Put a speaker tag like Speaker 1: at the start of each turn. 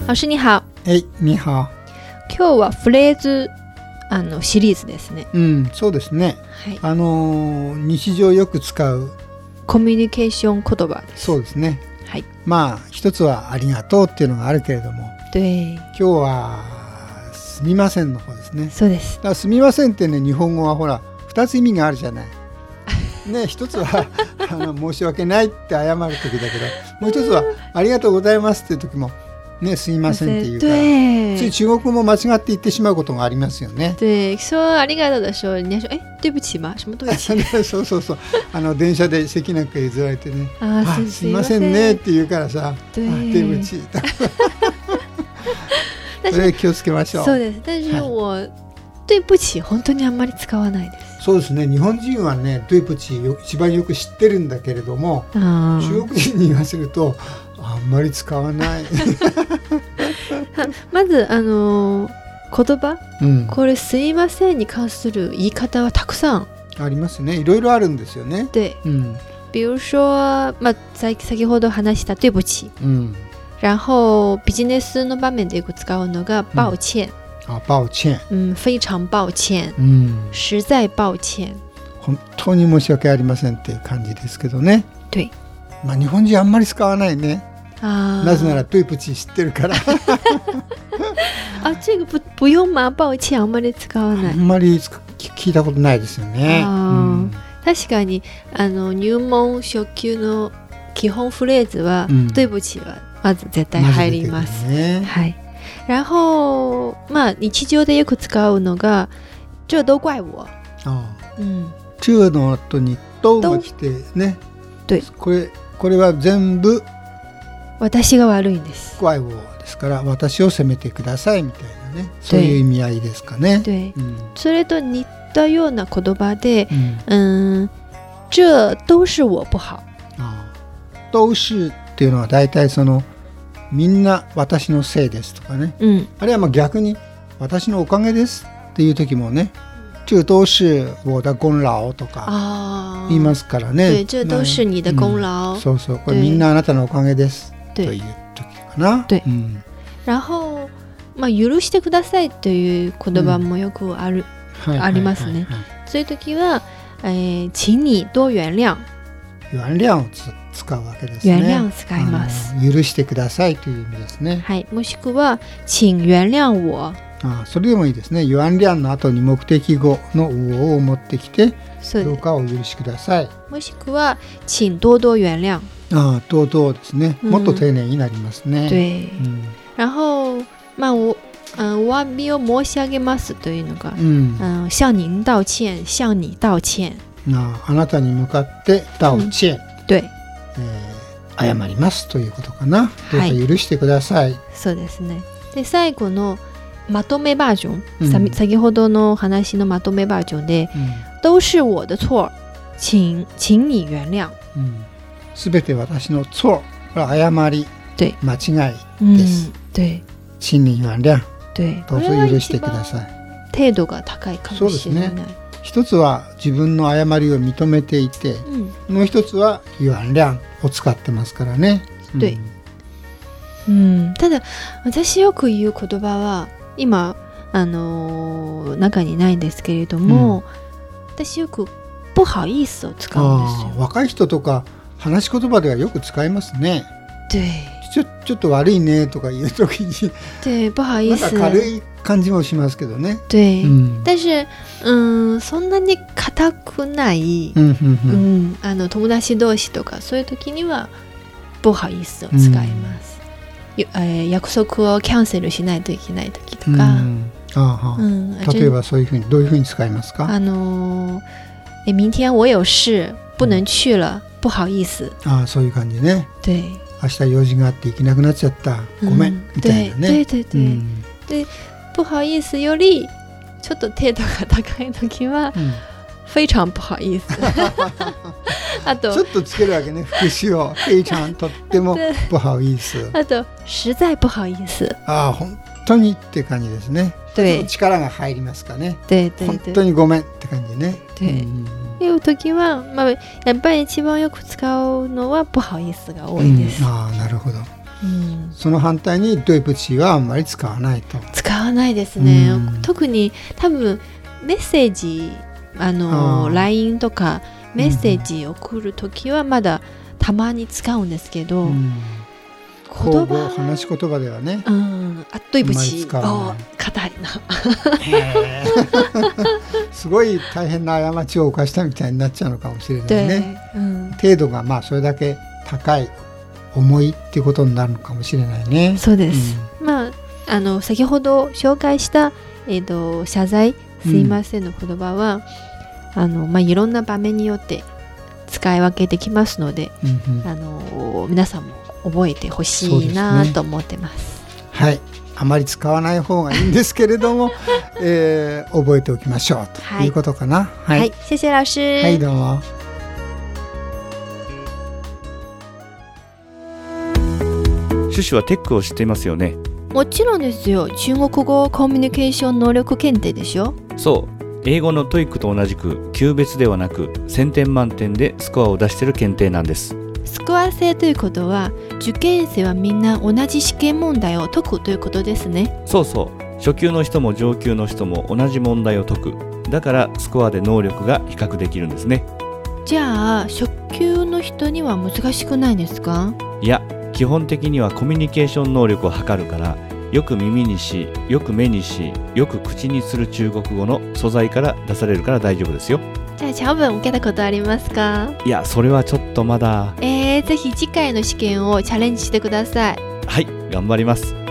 Speaker 1: 老師你好。
Speaker 2: 你好。
Speaker 1: 今日はフレーズシリーズですね。
Speaker 2: そうですね。
Speaker 1: はい。
Speaker 2: 日常よく使う
Speaker 1: コミュニケーション言葉です。
Speaker 2: そうですね。
Speaker 1: はい。
Speaker 2: まあ一つはありがとうっていうのがあるけれども、
Speaker 1: 对。
Speaker 2: 今日はすみませんの方ですね。
Speaker 1: そうです。
Speaker 2: だからすみませんってね、日本語はほら2つ意味があるじゃない。ね、一つは申し訳ないって謝る時だけど、もう一つはありがとうございますっていう時もね、すみませんっていうから、つい中国語も間違って言ってしまうことがありますよね。
Speaker 1: 对，说ありがとう的时候，人家说对不起吗？什么对不起？
Speaker 2: そうそうそう。電車で席なんか譲られてね、すみません
Speaker 1: ん
Speaker 2: ねって言うからさ、对不起。それ気をつけましょう。
Speaker 1: そうです。但是我对不起本当にあんまり使わないです。
Speaker 2: そうですね。日本人はね、对不起一番よく知ってるんだけれども、中国人に言わせるとあんまり使わない。
Speaker 1: まず言葉、これすいませんに関する言い方はたくさん
Speaker 2: ありますね。いろいろあるんですよね。
Speaker 1: 对。比如说、先ほど話した对不起。然后ビジネスの場面でよく使うのが抱歉。
Speaker 2: 抱歉。
Speaker 1: 非常抱歉。實在抱歉。
Speaker 2: 本当に申し訳ありませんっていう感じですけどね。
Speaker 1: 对。
Speaker 2: 日本人あんまり使わないね。なぜなら对不起知ってるから。
Speaker 1: 这个不用吗？抱歉あんまり使わない。
Speaker 2: あんまり聞いたことないですよね。
Speaker 1: 確かに入門初級の基本フレーズは对不起はまず絶対入ります。はい。然後日常でよく使うのが这都怪我。
Speaker 2: 这の後に都が来てね。
Speaker 1: 对。
Speaker 2: これは全部
Speaker 1: 私が悪いんです。
Speaker 2: 怪我ですから私を責めてくださいみたいなね、そういう意味合いですかね。
Speaker 1: 对。それと似たような言葉で、这都是我不好。
Speaker 2: 都是っていうのは大体みんな私のせいですとかね。あるいは逆に私のおかげですっていう時もね、这都是我的功劳とか言いますからね。
Speaker 1: 对，这都是你的功劳。
Speaker 2: そうそう、これみんなあなたのおかげですという時かな。
Speaker 1: 对。然後許してくださいという言葉もよくありますね。そういう時は請你多原諒。
Speaker 2: 原諒を使うわけですね。
Speaker 1: 原諒使います。
Speaker 2: 許してくださいという意味ですね。
Speaker 1: はい。もしくは請原諒我。
Speaker 2: それでもいいですね。原諒の後に目的語の我を持ってきて、どうかお許しください。
Speaker 1: もしくは請多多原諒。
Speaker 2: 多々ですね。もっと丁寧になりますね。
Speaker 1: 对。然後お詫びを申し上げますというのが、向您道歉、向你道歉。
Speaker 2: あなたに向かって道歉。
Speaker 1: 对。
Speaker 2: 謝りますということかな。どうか許してください。
Speaker 1: そうですね。で最後のまとめバージョン、先ほどの話のまとめバージョンで、都是我的错、請你原諒。
Speaker 2: すべて私の錯、誤り、間違いです。請你原諒。どうぞ許してください。
Speaker 1: 程度が高いかもしれない。
Speaker 2: 一つは自分の誤りを認めていて、もう一つは原諒を使ってますからね。
Speaker 1: ただ私よく言う言葉は今中にないんですけれども、私よく不好意思を使うんですよ。
Speaker 2: 若い人とか話し言葉ではよく使いますね。ちょっと悪いねとか言うときに
Speaker 1: 不好意思、
Speaker 2: なんか軽い感じもしますけどね。
Speaker 1: 对。但是そんなに硬くない友達同士とかそういう時には不好意思を使います。約束をキャンセルしないといけない時とか。
Speaker 2: 例えばそういうふうにどういうふうに使いますか？
Speaker 1: 明天我有事不能去了、不好意思。
Speaker 2: そういう感じね。
Speaker 1: 对。
Speaker 2: 明日用事があって行けなくなっちゃった、ごめんみたいなね。
Speaker 1: で不好意思よりちょっと程度が高い時は、非常不好意思。あと
Speaker 2: ちょっとつけるわけね、副詞を。非常とっても不好意思。
Speaker 1: あと实在不好意思。
Speaker 2: 本当にって感じですね。力が入りますかね。本当にごめんって感じね。いう
Speaker 1: 時は、やっぱり一番よく使うのは不好意思が多いです。
Speaker 2: なるほど。 その反対に对不起はあんまり使わないと。
Speaker 1: 使わないですね、特に多分メッセージLINE とかメッセージを送るときはまだたまに使うんですけど、
Speaker 2: 話し言葉ではね、
Speaker 1: 对不起を語りな
Speaker 2: すごい大変な過ちを犯したみたいになっちゃうのかもしれないね、程度がまあそれだけ高い重いっていうことになるのかもしれないね。
Speaker 1: そうです、まあ先ほど紹介した、謝罪すいませんの言葉は、いろんな場面によって使い分けできますので、皆さんも覚えてほしいなと思ってます。
Speaker 2: はい、あまり使わない方がいいんですけれども、覚えておきましょうということかな。
Speaker 1: はい、謝謝老師。
Speaker 2: はい、どうも。
Speaker 3: シュシュはテックを知っていますよね。
Speaker 1: もちろんですよ。中国語コミュニケーション能力検定でしょ。
Speaker 3: そう、英語のTOEICと同じく級別ではなく1000点満点でスコアを出している検定なんです。
Speaker 1: スコア制ということは受験生はみんな同じ試験問題を解くということですね。
Speaker 3: そうそう、初級の人も上級の人も同じ問題を解く。だからスコアで能力が比較できるんですね。
Speaker 1: じゃあ初級の人には難しくないですか？
Speaker 3: いや、基本的にはコミュニケーション能力を測るから、よく耳にし、よく目にし、よく口にする中国語の素材から出されるから大丈夫ですよ。
Speaker 1: じゃあ茶文受けたことありますか？
Speaker 3: いや、それはちょっとまだ。
Speaker 1: ぜひ次回の試験をチャレンジしてください。
Speaker 3: はい、頑張ります。